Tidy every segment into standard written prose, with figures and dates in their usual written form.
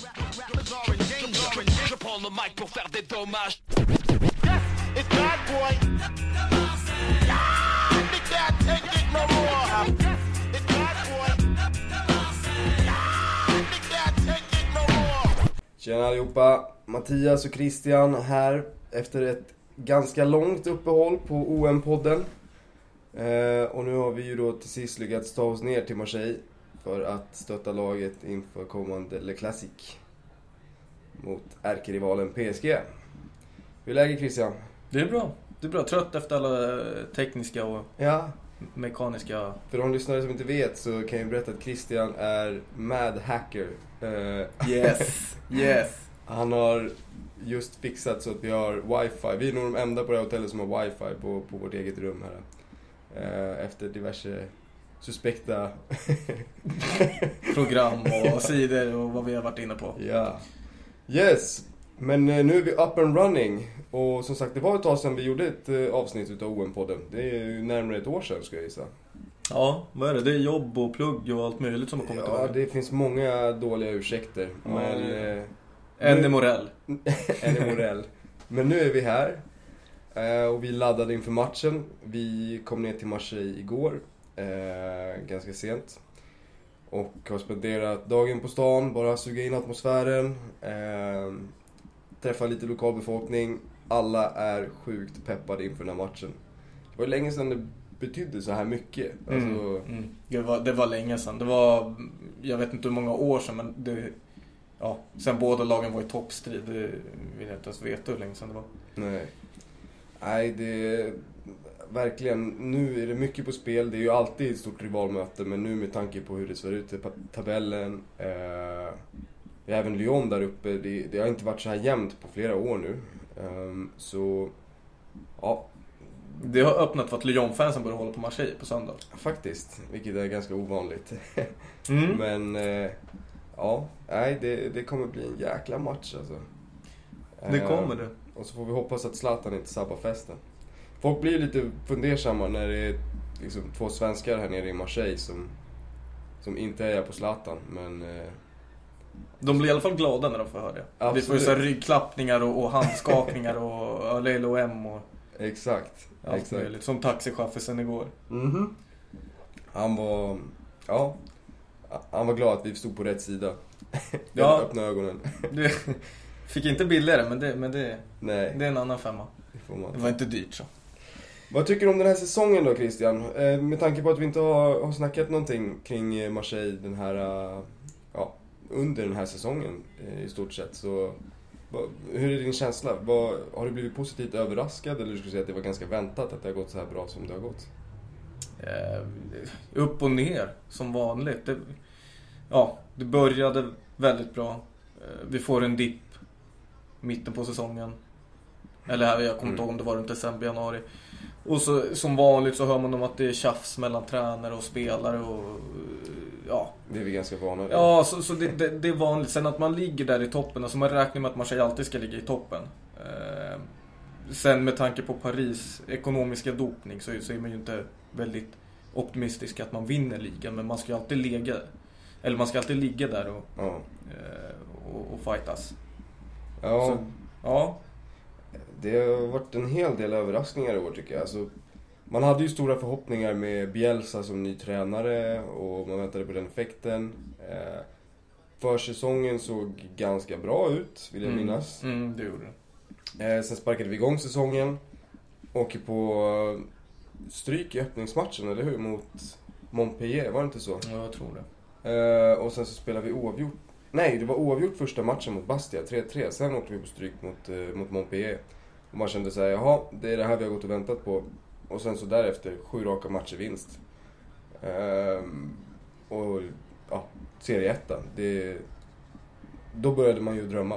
Je prends le mic pour faire des dommages. It's bad boy. They can't take it no more. It's bad boy. They can't take it no more. Tjena allihopa, Mattias och Christian här efter ett ganska långt uppehåll på OM-podden. Och nu har vi ju då till sist lyckats ta oss ner till Marseille för att stötta laget inför kommande Le Classique mot ärkerivalen PSG. Hur är läget, Christian? Det är bra, trött efter alla tekniska och mekaniska. För de lyssnare som inte vet så kan jag berätta att Christian är mad hacker. Yes. Han har just fixat så att vi har wifi. Vi är nog de enda på det här hotellet som har wifi på vårt eget rum här. Efter diverse suspekta program och sidor och vad vi har varit inne på. Ja. Yes. Men nu är vi up and running. Och som sagt, det var ett tag sedan vi gjorde ett avsnitt utav OM-podden. Det är ju närmare ett år sedan, ska jag gissa. Ja, vad är det? Det är jobb och plugg och allt möjligt som har kommit tillbaka. Ja, det finns många dåliga ursäkter. Men en är morell. En är morell. Men nu är vi här. Och vi laddade inför matchen. Vi kom ner till Marseille igår. Ganska sent. Och har spenderat dagen på stan. Bara suga in atmosfären. Träffa lite lokalbefolkning. Alla är sjukt peppade inför den här matchen. Det var länge sedan det betydde så här mycket. Alltså... Det var länge sedan. Det var, jag vet inte hur många år sedan, men det, sen båda lagen var i toppstrid. Det vill jag inte ens veta hur länge sedan det var. Nej, det verkligen, nu är det mycket på spel. Det är ju alltid ett stort rivalmöte, men nu med tanke på hur det ser ut i tabellen, även Lyon där uppe, det har inte varit så här jämnt på flera år nu. Så ja, det har öppnat för att Lyon-fansen börjar hålla på Marseille på söndag. Faktiskt, vilket är ganska ovanligt. Men det kommer bli en jäkla match alltså. Det kommer det. Och så får vi hoppas att Zlatan inte sabbar festen. Folk blir lite fundersamma när det är liksom två svenskar här nere i Marseille som inte är på Zlatan, men de blir i alla fall glada när de får höra det. Absolut. Det får ju så ryggklappningar och handskakningar och LLOM och exakt. Möjligt, som taxichauffören igår. Han var glad att vi stod på rätt sida. Ja. Öppna ögonen. Det fick inte billigare, men det är en annan femma. Det var inte dyrt så. Vad tycker du om den här säsongen då, Christian? Med tanke på att vi inte har snackat någonting kring Marseille den här, under den här säsongen i stort sett. Så hur är din känsla? Har du blivit positivt överraskad, eller skulle du säga att det var ganska väntat att det har gått så här bra som det har gått? Upp och ner som vanligt. Det började väldigt bra. Vi får en dipp mitten på säsongen. Eller jag kommer inte ihåg om det var runt december, januari. Och så, som vanligt så hör man om att det är tjafs mellan tränare och spelare och det är vi ganska vana vid. Ja, så det är vanligt. Sen att man ligger där i toppen, alltså man räknar med att Marseille alltid ska ligga i toppen. Sen med tanke på Paris ekonomiska dopning så är man ju inte väldigt optimistisk att man vinner ligan, men man ska alltid ligga där och fightas. Ja. Så, det har varit en hel del överraskningar i år, tycker jag. Alltså, man hade ju stora förhoppningar med Bielsa som ny tränare och man väntade på den effekten. Försäsongen såg ganska bra ut, vill jag minnas. Det gjorde det. Sen sparkade vi igång säsongen. Åker på stryk i öppningsmatchen, eller hur? Mot Montpellier, var det inte så? Ja, jag tror det. Och sen så spelade vi oavgjort. Nej, det var oavgjort första matchen mot Bastia, 3-3. Sen åkte vi på stryk mot Montpellier. Och man kände så här, det är det här vi har gått och väntat på. Och sen så därefter 7 raka matcher vinst. Och serie 1. Då började man ju drömma.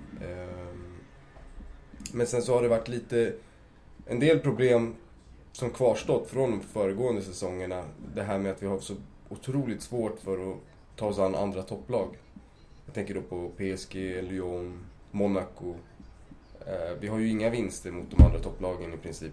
Men sen så har det varit en del problem som kvarstått från de föregående säsongerna. Det här med att vi har så otroligt svårt för att ta oss an andra topplag. Jag tänker då på PSG, Lyon, Monaco. Vi har ju inga vinster mot de andra topplagen i princip.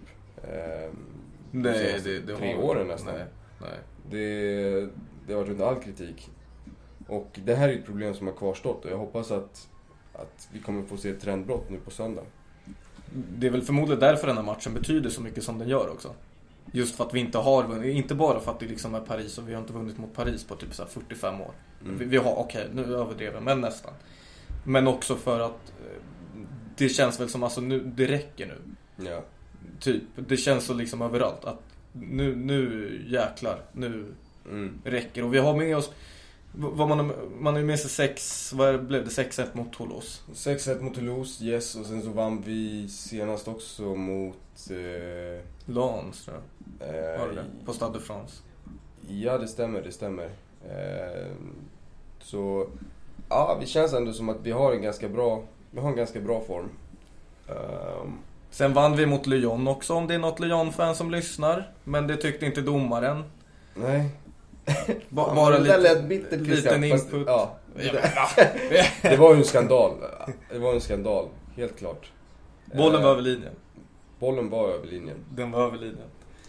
Nej, det 3 åren nästan. Nej. Det har varit under all kritik. Och det här är ett problem som har kvarstått och jag hoppas att vi kommer få se ett trendbrott nu på söndag. Det är väl förmodligen därför den här matchen betyder så mycket som den gör också. Just för att vi inte har vunnit, inte bara för att det liksom är Paris och vi har inte vunnit mot Paris på typ så här 45 år. Vi har, okej, nu överdrev jag, men nästan. Men också för att det känns väl som, alltså nu, det räcker nu. Ja. Typ, det känns så liksom överallt att nu jäklar, nu räcker. Och vi har med oss, man är med sig 6, vad blev det, 6-1 mot Toulouse. 6-1 mot Toulouse, yes, och sen så vann vi senast också mot Lens, tror jag. Var det på Stade de France. Ja, det stämmer. Så ja, vi känns ändå som att vi har en ganska bra form. Sen vann vi mot Lyon också, om det är något Lyon-fan som lyssnar. Men det tyckte inte domaren. Nej. Bara liten input. Ja. Det var ju en skandal. Helt klart. Bollen var över linjen. Den var över linjen.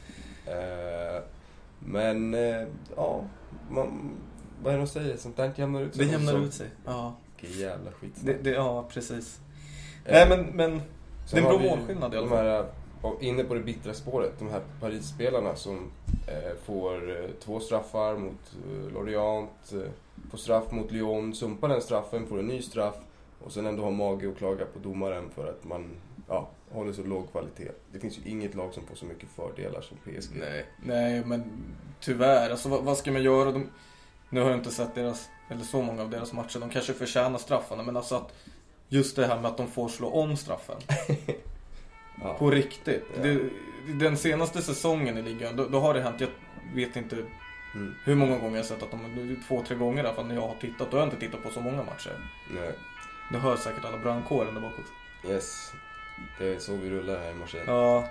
Men ja, vad är det de säger? Sånt där jämnar ut sig. Det jämnar ut sig. Ja. Vilken jävla skit. Ja, precis. Nej, men det är en bra målskillnad i alla fall. Inne på det bittra spåret, de här Paris-spelarna som får 2 straffar mot Lorient, får straff mot Lyon, sumpar den straffen, får en ny straff och sen ändå har mage att klaga på domaren för att man håller så låg kvalitet. Det finns ju inget lag som får så mycket fördelar som PSG. Nej, men tyvärr, alltså vad ska man göra? Nu har jag inte sett så många av deras matcher. De kanske förtjänar straffarna, men alltså att just det här med att de får slå om straffen. Ja. På riktigt. Ja. Den senaste säsongen i ligan, då har det hänt, jag vet inte hur många gånger jag har sett att de 2-3 gånger i alla fall när jag har tittat. Då har jag inte tittat på så många matcher. Nej. Det hör säkert alla brandkåren där bakåt. Yes. Det är så vi rullar här i morse. Ja.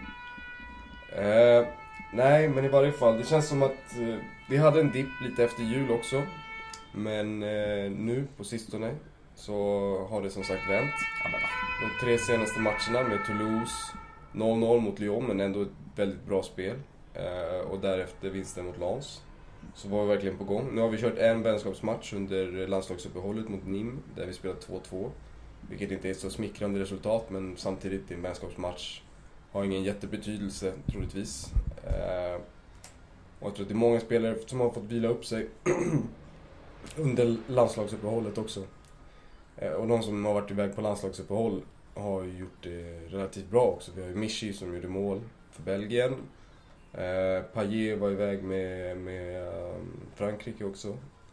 Nej, men i varje fall, det känns som att vi hade en dipp lite efter jul också. Men nu på sistone så har det som sagt vänt. De 3 senaste matcherna med Toulouse, 0-0 mot Lyon, men ändå ett väldigt bra spel. Och därefter vinsten mot Lens. Så var vi verkligen på gång. Nu har vi kört en vänskapsmatch under landslagsuppehållet mot Nîmes, där vi spelat 2-2. Vilket inte är så smickrande resultat, men samtidigt en vänskapsmatch har ingen jättebetydelse troligtvis. Och jag tror att det är många spelare som har fått vila upp sig under landslagsuppehållet också. Och de som har varit iväg på landslagsuppehåll har ju gjort det relativt bra också. Vi har ju Michy som gjorde mål för Belgien. Payet var iväg med Frankrike också.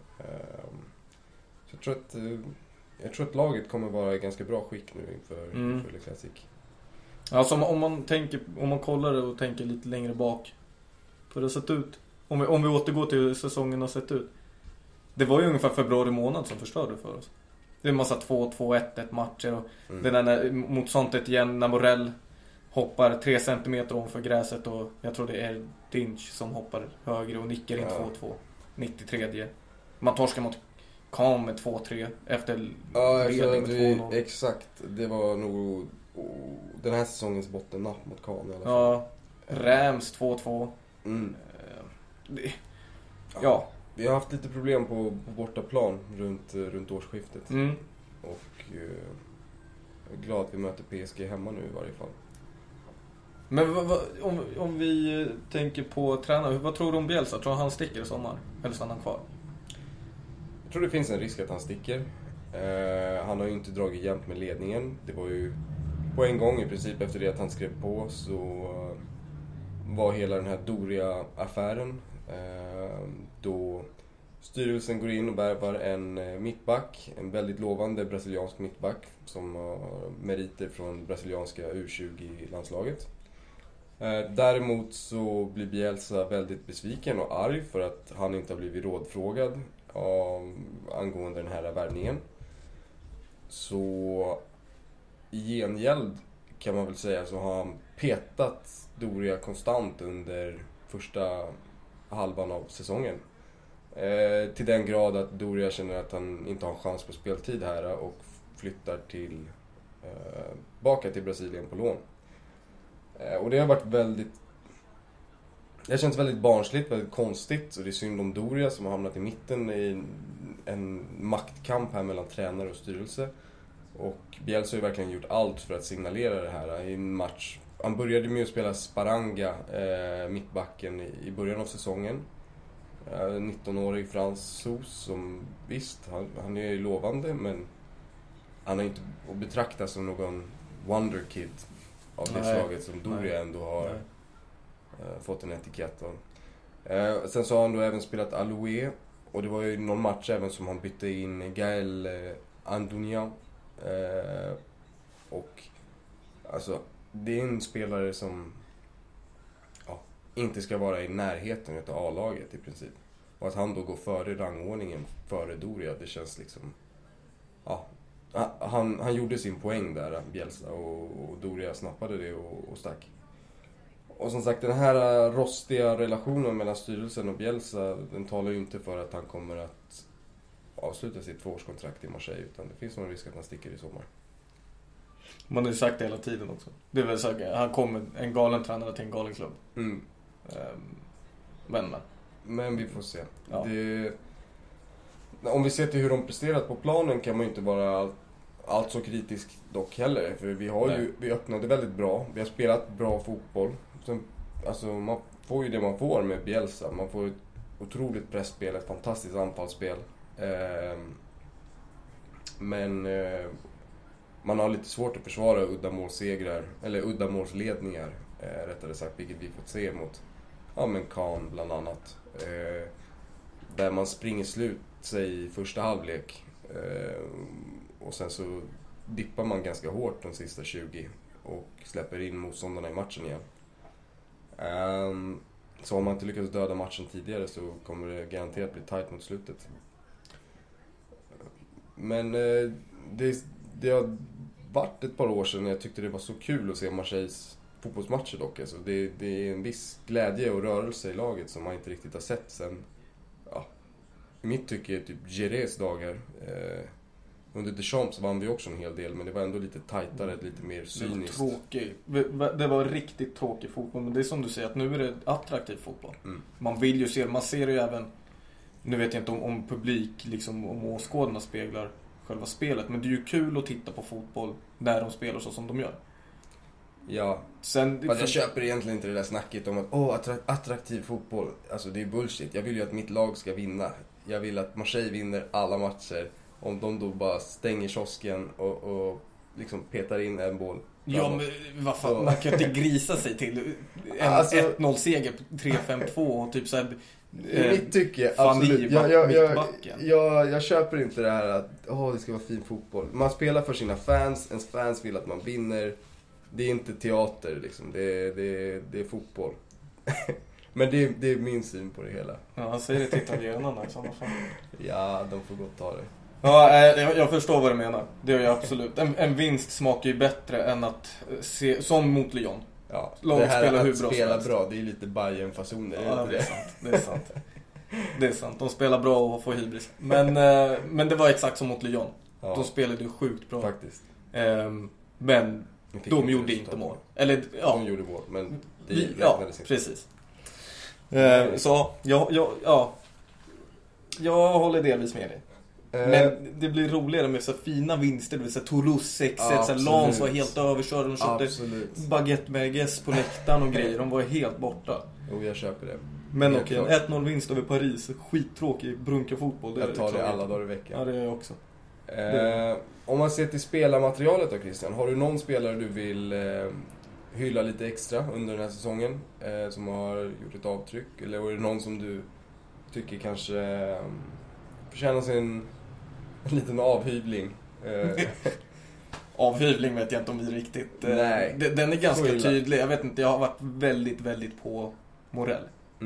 Så jag tror att laget kommer vara i ganska bra skick nu inför Le Classic. Alltså om man kollar det och tänker lite längre bak, för det har sett ut. Om vi återgår till säsongen har sett ut. Det var ju ungefär februari månad som förstörde för oss. Det är en massa 2-2, 1-1 matcher och den där mot sånt igen när Morell hoppar 3 centimeter ovanför gräset och jag tror det är Dinch som hoppar högre och nickar in 2-2 93. Man torskar mot Caen med 2-3 efter ledning med 2-0. Exakt, det var nog den här säsongens bottennapp mot Caen i alla fall. Ja, Reims 2-2. Ja. Vi har haft lite problem på bortaplan runt årsskiftet. Och jag är glad att vi möter PSG hemma nu i varje fall. Men om vi tänker på tränare, vad tror du om Bielsa? Tror han sticker i sommar? Eller stannar han kvar? Jag tror det finns en risk att han sticker. Han har ju inte dragit jämnt med ledningen. Det var ju på en gång i princip efter det att han skrev på så var hela den här Doria-affären. Då styrelsen går in och värvar en mittback, en väldigt lovande brasiliansk mittback som har meriter från brasilianska U20-landslaget. Däremot så blir Bielsa väldigt besviken och arg för att han inte har blivit rådfrågad angående den här värvningen. Så i gengäld kan man väl säga så har han petat Doria konstant under första halvan av säsongen. Till den grad att Doria känner att han inte har en chans på speltid här och flyttar tillbaka till Brasilien på lån. Och det har varit det känns väldigt barnsligt, väldigt konstigt, och det är synd om Doria som har hamnat i mitten en maktkamp här mellan tränare och styrelse. Och Bielsa har ju verkligen gjort allt för att signalera det här i en match. Han började med att spela Sparanga, mittbacken, i början av säsongen. 19-årig fransos som visst, han är ju lovande, men han är inte att betrakta som någon wonderkid av det slaget som Doria ändå har fått en etikett av. Sen så har han då även spelat Aloe, och det var ju någon match även som han bytte in Gaël Andunia. Och alltså det är en spelare som inte ska vara i närheten av A-laget i princip. Och att han då går före rangordningen, före Doria, det känns liksom... Han gjorde sin poäng där, Bielsa, och Doria snappade det och stack. Och som sagt, den här rostiga relationen mellan styrelsen och Bielsa, den talar ju inte för att han kommer att avsluta sitt 2-årskontrakt i Marseille, utan det finns någon risk att han sticker i sommar. Man har ju sagt det hela tiden också. Det är väl så att han kommer en galen tränare till en galen klubb. Men vi får se. Ja. Om vi ser till hur de presterat på planen kan man ju inte vara allt så kritisk dock heller. För vi öppnade väldigt bra. Vi har spelat bra fotboll. Alltså man får ju det man får med Bielsa. Man får ett otroligt pressspel, ett fantastiskt anfallsspel. Men man har lite svårt att försvara uddamålssegrar, eller uddamålsledningar rättare sagt, vilket vi fått se mot Kahn bland annat. Där man springer slut sig i första halvlek och sen så dippar man ganska hårt de sista 20 och släpper in motståndarna i matchen igen. Så om man inte lyckas döda matchen tidigare så kommer det garanterat bli tajt mot slutet. Men det har varit ett par år sedan jag tyckte det var så kul att se Marseilles fotbollsmatcher dock. Alltså det är en viss glädje och rörelse i laget som man inte riktigt har sett sen, i mitt tycke typ Gerés dagar. Under Deschamps vann vi också en hel del, men det var ändå lite tajtare, lite mer cyniskt. Det var riktigt tråkig fotboll, men det är som du säger att nu är det attraktiv fotboll. Man vill ju se, man ser ju även, nu vet jag inte om publik liksom, om åskådarna speglar själva spelet, men det är ju kul att titta på fotboll när de spelar så som de gör. Ja, jag köper egentligen inte det där snacket om att attraktiv fotboll, alltså det är bullshit. Jag vill ju att mitt lag ska vinna. Jag vill att Marseille vinner alla matcher. Om de då bara stänger kiosken och liksom petar in en boll. Ja, men vad fan, man kan inte grisa sig till en 1-0-seger, 3-5-2 och typ såhär. I mitt tycke, absolut. Jag köper inte det här att det ska vara fin fotboll. Man spelar för sina fans, ens fans vill att man vinner. Det är inte teater liksom, det är fotboll. Men det är min syn på det hela. Ja, han säger det till italienarna i sådana fall. Ja, de får gott ta det. Ja, jag förstår vad du menar. Det gör jag absolut. En vinst smakar ju bättre än att se, som mot Lyon. Ja, det här att spela bra, det är lite Bayern-fasoner. Ja, det är sant. Det är sant. De spelar bra och får hybris. Men det var exakt som mot Lyon. Ja. De spelade ju sjukt bra. Faktiskt. Men de gjorde inte mål. Eller, ja. De gjorde mål, men det räknades inte. Precis. Så, jag håller delvis med dig. Men det blir roligare med så fina vinster. Det vill säga Toulouse 6-1, Lens var helt överkörd. De köpte baguette med gäss på läktaren och grejer. De var helt borta. Jo, jag köper det. Men okej, en 1-0 vinst över Paris. Skittråkig brunka fotboll. Jag tar det alla dagar i veckan. Ja, det är jag också. Om man ser till spelarmaterialet då, Christian. Har du någon spelare du vill hylla lite extra under den här säsongen som har gjort ett avtryck? Eller är det någon som du tycker kanske förtjänar sin liten avhyvling? Avhyvling vet jag inte om vi riktigt. Nej. Den är ganska tydlig. Jag vet inte, jag har varit väldigt, väldigt på Morell.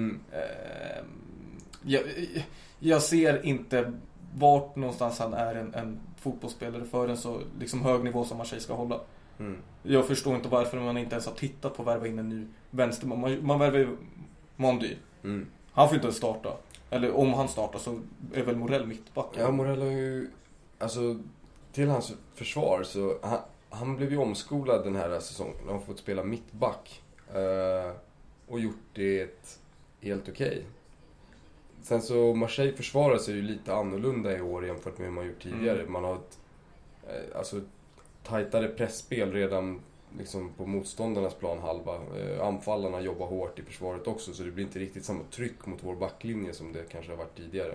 Jag ser inte vart någonstans han är en fotbollsspelare för en så liksom hög nivå som Marseille ska hålla. Jag förstår inte varför man inte ens har tittat på att värva in en ny vänster. Man värvar ju Mondy. Han får inte ens starta. Eller om han startar så är väl Morell mittback. Ja, Morell har ju, alltså till hans försvar så han blev ju omskolad den här säsongen. Han har fått spela mittback och gjort det helt okej. Sen så Marseille försvarar sig ju lite annorlunda i år jämfört med hur man gjort tidigare. Man har ett tajtare pressspel redan liksom på motståndarnas planhalva. Anfallarna jobbar hårt i försvaret också, så det blir inte riktigt samma tryck mot vår backlinje som det kanske har varit tidigare.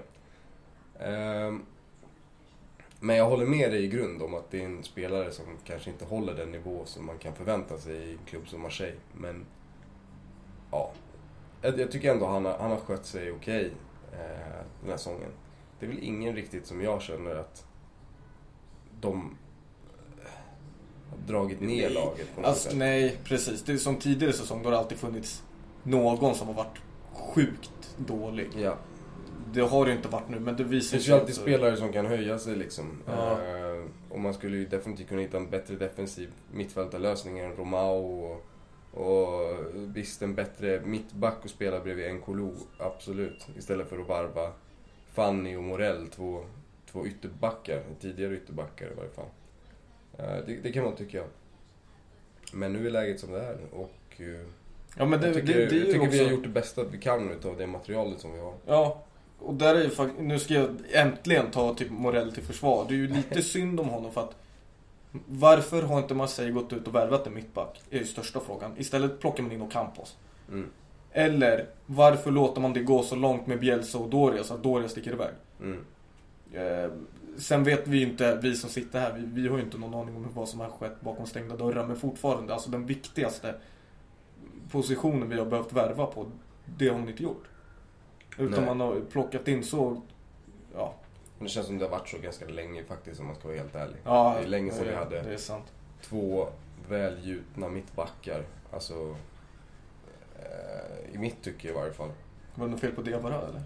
Men jag håller med dig i grund om att det är en spelare som kanske inte håller den nivå som man kan förvänta sig i en klubb som Marseille. Men ja, jag tycker ändå han har skött sig okej den här säsongen. Det är väl ingen riktigt som jag känner att de har dragit ner laget på något sätt. Nej, precis. Det är som tidigare säsong, då har det alltid funnits någon som har varit sjukt dålig. Ja. Det har det inte varit nu, men det visar sig. Det finns ju alltid spelare som kan höja sig liksom. Ja. Och man skulle ju definitivt kunna hitta en bättre defensiv mittfältarlösning än Romao och visst en bättre mittback att spela bredvid N'Kolo, absolut. Istället för att varva Fanny och Morell, två ytterbackar, tidigare ytterbackar i varje fall. Det kan man tycka. Men nu är läget som det är och ja, men jag tycker också... vi har gjort det bästa vi kan utav det materialet som vi har. Ja, och där är ju faktiskt, nu ska jag äntligen ta typ Morell till försvar. Det är ju lite synd om honom, för att varför har inte Marseille gått ut och värvat en mittback? Är ju största frågan. Istället plockar man in Ocampos. Eller varför låter man det gå så långt med Bielsa och Doria så att Doria sticker iväg? Sen vet vi inte, vi som sitter här, vi har ju inte någon aning om vad som har skett bakom stängda dörrar. Men fortfarande, alltså den viktigaste positionen vi har behövt värva på, det har man inte gjort. Utan man har plockat in så, ja. Men det känns som det har varit så ganska länge faktiskt, om man ska vara helt ärlig. Ja, det är länge sedan vi hade det är sant. 2 välgjutna mittbackar. Alltså i mitt tycke i varje fall. Var det något fel på Diawara eller?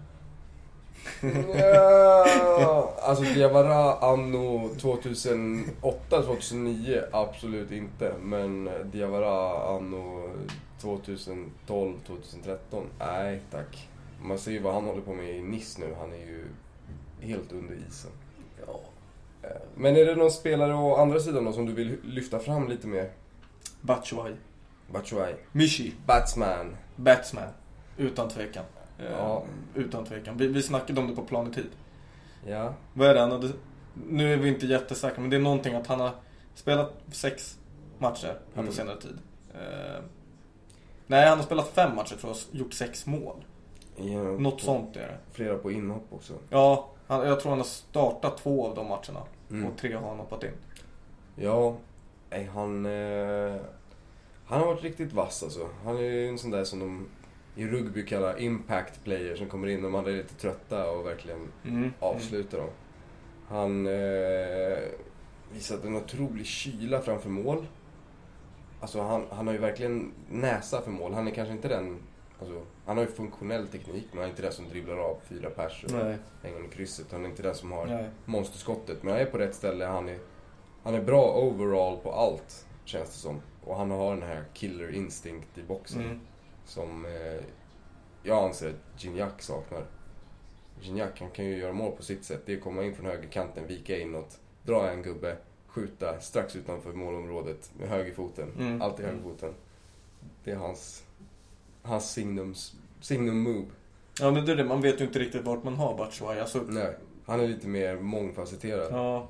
Ja, alltså Diawara anno 2008-2009 absolut inte. Men Diawara anno 2012-2013, nej tack. Man ser ju vad han håller på med i Nice nu. Han är ju helt under isen. Ja. Men är det någon spelare å andra sidan då som du vill lyfta fram lite mer? Batshuayi. Michi. Batsman. Utan tvekan. Ja. Utan tvekan. Vi snackade om det på plan i tid. Ja. Vad är det han hade... Nu är vi inte jättesäkra, men det är någonting att han har spelat 6 matcher här på senare tid. Nej, han har spelat 5 matcher tror jag, gjort 6 mål. Ja, något sånt är det. Flera på inhopp också. Ja, jag tror han har startat 2 av de matcherna. Och 3 har han hoppat in. Ja, han har varit riktigt vass alltså. Han är ju en sån där som de i rugby kallar impact player, som kommer in och man är lite trötta och verkligen avslutar dem. Han visat en otrolig kyla framför mål. Alltså han har ju verkligen näsa för mål. Han är kanske inte den, alltså, han har ju funktionell teknik, men han är inte den som dribblar av 4 pers och en gång i krysset. Han är inte den som har monsterskottet, men han är på rätt ställe. Han är bra overall på allt, känns det som. Och han har den här killer instinct i boxen som jag anser att Gignac saknar. Gignac, han kan ju göra mål på sitt sätt. Det är att komma in från högerkanten, vika inåt, dra en gubbe, skjuta strax utanför målområdet med högerfoten. Alltid högerfoten. Det är hans signum move. Ja, men det är det. Man vet ju inte riktigt vart man har Batshuayi. Alltså... Nej, han är lite mer mångfacetterad. Ja.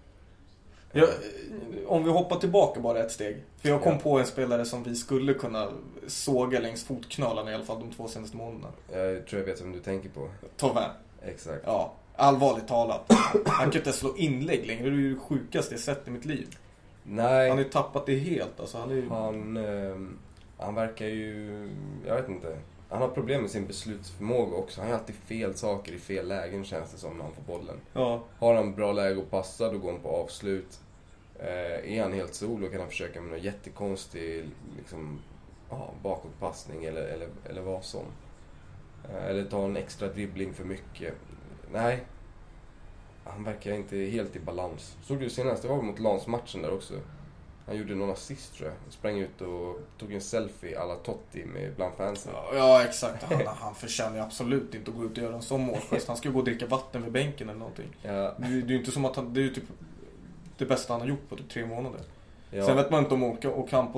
Om vi hoppar tillbaka bara ett steg. För jag kom på en spelare som vi skulle kunna såga längs fotknölarna i alla fall de 2 senaste månaderna. Jag tror jag vet vem du tänker på. Thauvin. Exakt. Ja, allvarligt talat. Han kan inte slå inlägg längre. Det är ju det sjukaste jag sett i mitt liv. Nej. Han har ju tappat det helt. Alltså, han verkar ju... Jag vet inte. Han har problem med sin beslutsförmåga också. Han gör alltid fel saker i fel lägen, känns det som, när han får bollen. Ja. Har han bra läge att passa, då går han på avslut. Är han helt solo kan han försöka med någon jättekonstig liksom, bakåtpassning eller vad som. Eller ta en extra dribbling för mycket. Nej, han verkar inte helt i balans. Såg du senast, det var mot Lans-matchen där också. Han gjorde någon assist tror jag. Sprang ut och tog en selfie alla Totti med bland fansen. Ja, exakt. Han förtjänar absolut inte att gå ut och göra en sån målgest. Han ska gå och dricka vatten vid bänken eller någonting. Ja. Det är ju inte som att det är ju typ det bästa han har gjort på typ 3 månader. Ja. Sen vet man inte om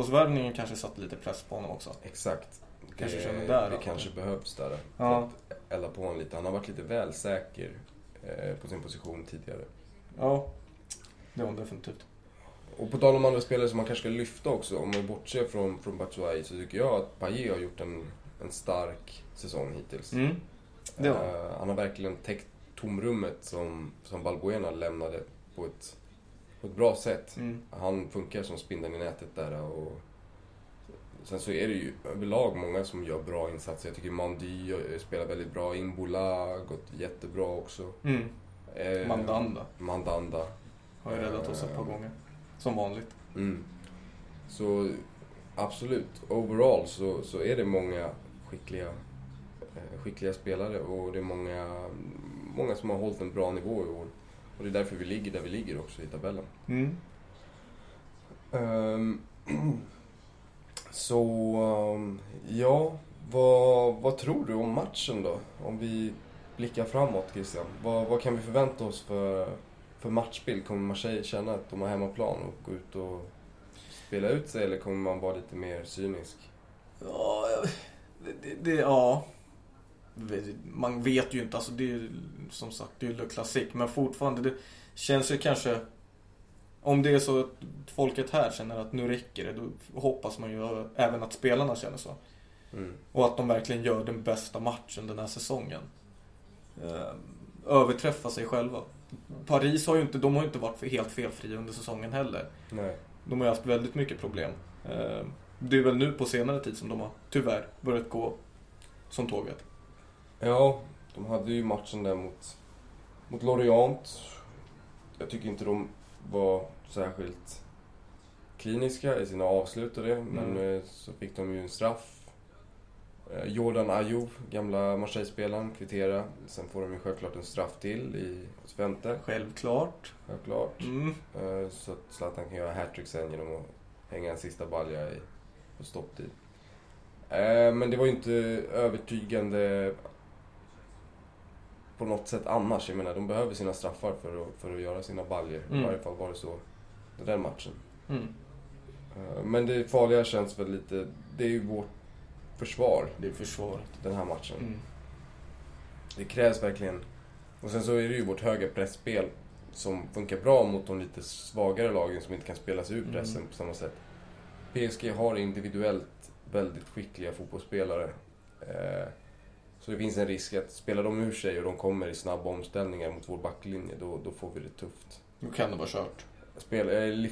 Ocampos-värvningen kanske satt lite press på honom också. Exakt. Det kanske behövs där. Ja. elda på honom lite. Han har varit lite väl säker på sin position tidigare. Ja, det var definitivt. Och på tal om andra spelare som man kanske ska lyfta också, om man bortser från Batshuayi, så tycker jag att Payet har gjort en stark säsong hittills. Han har verkligen täckt tomrummet som Balbuena lämnade på ett bra sätt. Han funkar som spindeln i nätet där. Och sen så är det ju överlag många som gör bra insatser. Jag tycker Mandy spelar väldigt bra. Imbola gått jättebra också. Mandanda har ju räddat oss ett par gånger. Som vanligt. Så absolut, overall så är det många skickliga spelare. Och det är många som har hållit en bra nivå i år. Och det är därför vi ligger där vi ligger också i tabellen. Ja, vad tror du om matchen då? Om vi blickar framåt, Christian. Vad kan vi förvänta oss för matchbild? Kommer Marseille känna att de har hemmaplan och gå ut och spela ut sig? Eller kommer man vara lite mer cynisk? Ja, man vet ju inte. Alltså det är som sagt, det är ju klassik. Men fortfarande, det känns ju kanske... Om det är så att folket här känner att nu räcker det, då hoppas man ju även att spelarna känner så. Och att de verkligen gör den bästa matchen den här säsongen. Överträffa sig själva. Paris har ju inte varit helt felfria under säsongen heller. Nej. De har ju haft väldigt mycket problem. Det är väl nu på senare tid som de har tyvärr börjat gå som tåget. Ja, de hade ju matchen där mot Lorient. Jag tycker inte de var särskilt kliniska i sina avslut och det. Men så fick de ju en straff. Jordan Ayew, gamla Marseille-spelaren, kvittera. Sen får de ju självklart en straff till i Svente. Självklart. Så att Zlatan kan göra hattrick sen genom att hänga en sista balja på stopptid. Men det var ju inte övertygande på något sätt annars. Jag menar, de behöver sina straffar för att göra sina baljer. I varje fall var det så den matchen. Men det farliga känns väl lite... Det är ju vårt försvar. Det är försvaret. Den här matchen. Det krävs verkligen... Och sen så är det ju vårt höga pressspel som funkar bra mot de lite svagare lagen som inte kan spela sig ur pressen på samma sätt. PSG har individuellt väldigt skickliga fotbollsspelare. Så det finns en risk att spelar de ur sig och de kommer i snabba omställningar mot vår backlinje, då får vi det tufft. Då kan det vara kört. Jag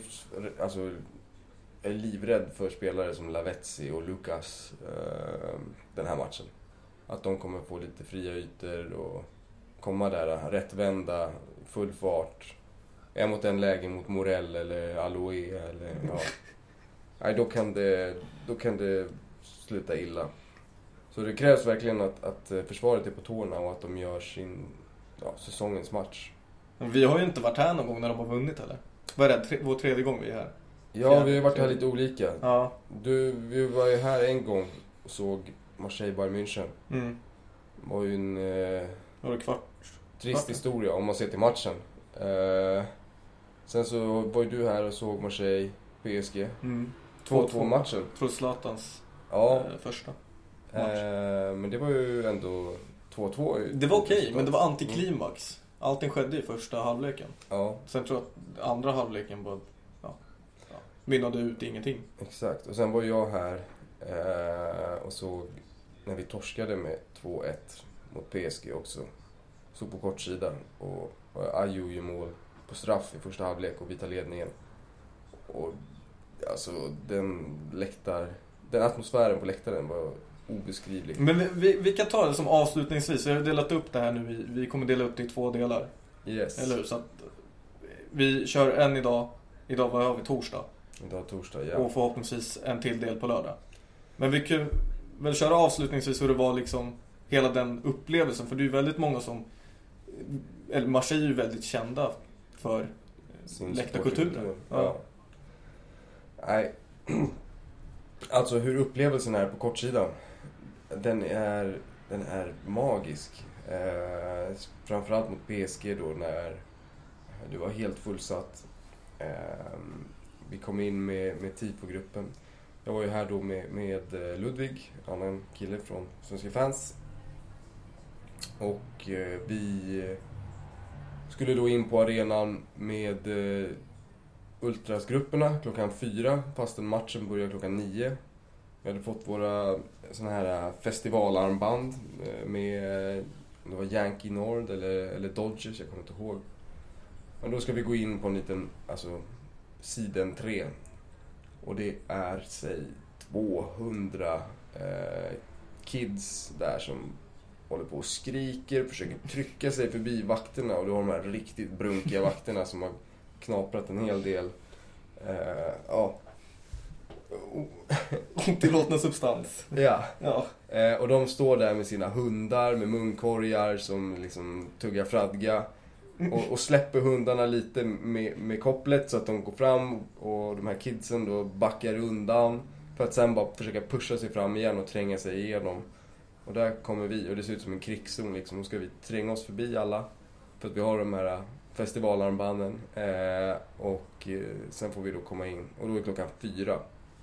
är livrädd för spelare som Lavezzi och Lucas den här matchen. Att de kommer få lite fria ytor och komma där, rättvända, full fart. En mot en läge mot Morel eller Aloe eller ja. Nej, då kan det sluta illa. Så det krävs verkligen att försvaret är på tårna och att de gör sin säsongens match. Men vi har ju inte varit här någon gång när de har vunnit, eller? Vad är det? Vår tredje gång vi är här? Ja, vi har varit här lite olika. Ja. Vi var ju här en gång och såg Marseille Bayern München. Det var ju en var det trist historia om man ser till matchen. Sen så var ju du här och såg Marseille PSG. 2-2 matchen. Trots Zlatans första match. Men det var ju ändå 2-2. Det var okej, men det var antiklimax. Allting skedde i första halvleken. Ja. Sen tror jag att andra halvleken var mynnade ut ingenting. Exakt. Och sen var jag här och såg när vi torskade med 2-1 mot PSG också. Så på kort sida och Ayew gör mål på straff i första halvlek och vi tar ledningen. Och alltså den atmosfären på läktaren var obeskrivlig. Men vi kan ta det som avslutningsvis. Vi har delat upp det här nu. Vi kommer dela upp det i 2 delar. Yes. Eller hur? Så att vi kör en idag. Idag har vi torsdag. Idag torsdag, ja. Och förhoppningsvis en till del på lördag. Men vi kan väl köra avslutningsvis hur det var liksom hela den upplevelsen. För det är ju väldigt många som... Eller Marseille är ju väldigt kända för läktarkulturen. Ja. Nej. Alltså hur upplevelsen är på kortsidan. Den är magisk. Framförallt mot PSG då när det var helt fullsatt. Vi kom in med tifogruppen. Jag var ju här då med Ludvig, annan kille från Svenska fans. Och vi skulle då in på arenan med ultrasgrupperna klockan 4, fastän matchen börjar klockan 9. Vi hade fått våra såna här festivalarmband med, det var Yankee Nord eller Dodgers, jag kommer inte ihåg. Men då ska vi gå in på en liten, alltså siden 3. Och det är, säg, 200 kids där som håller på och skriker, försöker trycka sig förbi vakterna. Och då har de här riktigt brunkiga vakterna som har knaprat en hel del. Ja. Otillåtna substans. Ja. Ja. Och de står där med sina hundar, med munkorgar som liksom tuggar fradga. Och släpper hundarna lite med kopplet så att de går fram. Och de här kidsen då backar undan för att sen bara försöka pusha sig fram igen och tränga sig igenom. Och där kommer vi, och det ser ut som en krigszon liksom. Då ska vi tränga oss förbi alla. För att vi har de här festivalarmbanden. Och sen får vi då komma in. Och då är klockan 4.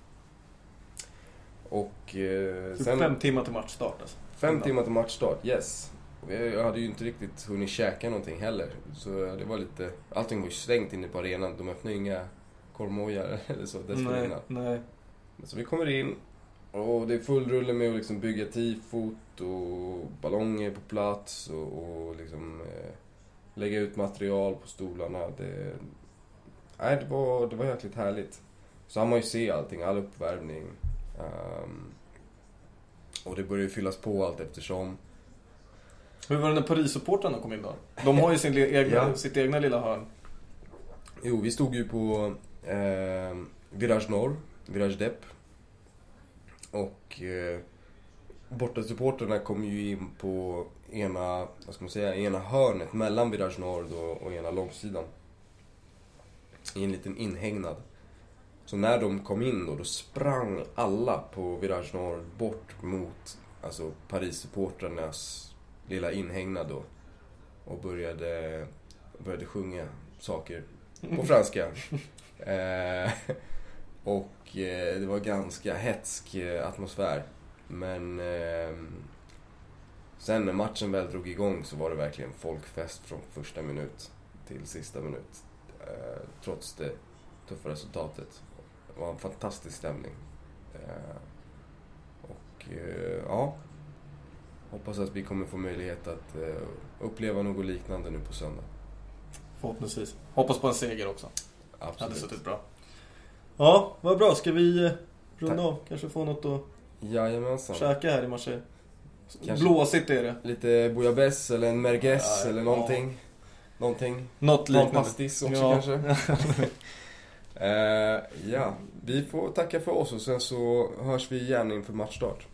Och sen 5 timmar till matchstart alltså. 5 timmar till matchstart, yes. Jag hade ju inte riktigt hunnit käka någonting heller. Så det var lite, allting var ju stängt inne på arenan. De öppnade inga korvmojar eller så dessförinnan. Nej. Så vi kommer in och det är full rulle med att liksom bygga tifot och ballonger på plats och liksom lägga ut material på stolarna. Det var jäkligt härligt. Så har man ju se allting, all uppvärmning. Och det börjar ju fyllas på allt eftersom. Hur var det när Paris-supportrarna kom in då? De har ju sitt egna lilla hörn. Jo, vi stod ju på Virage Nord, Virage Depp. Och bortasupportrarna kom ju in på ena hörnet mellan Virage Nord och ena långsidan. I en liten inhägnad. Så när de kom in då sprang alla på Virage Nord bort mot alltså Paris-supportrarnas lilla inhägnad då. Och började sjunga saker på franska. Och det var ganska hetsk atmosfär. Men sen när matchen väl drog igång så var det verkligen folkfest från första minut till sista minut. Trots det tuffa resultatet. Det var en fantastisk stämning. Ja, hoppas att vi kommer få möjlighet att uppleva något liknande nu på söndag. Förhoppningsvis. Hoppas på en seger också. Absolut. Hade suttit bra. Ja, vad bra. Ska vi runda av? Kanske få något att käka här i Marseille. Blåsigt är det. Lite bouillabaisse eller en merguez eller någonting. Något liknande. Pastis också kanske. Ja, vi får tacka för oss och sen så hörs vi igen inför matchstart.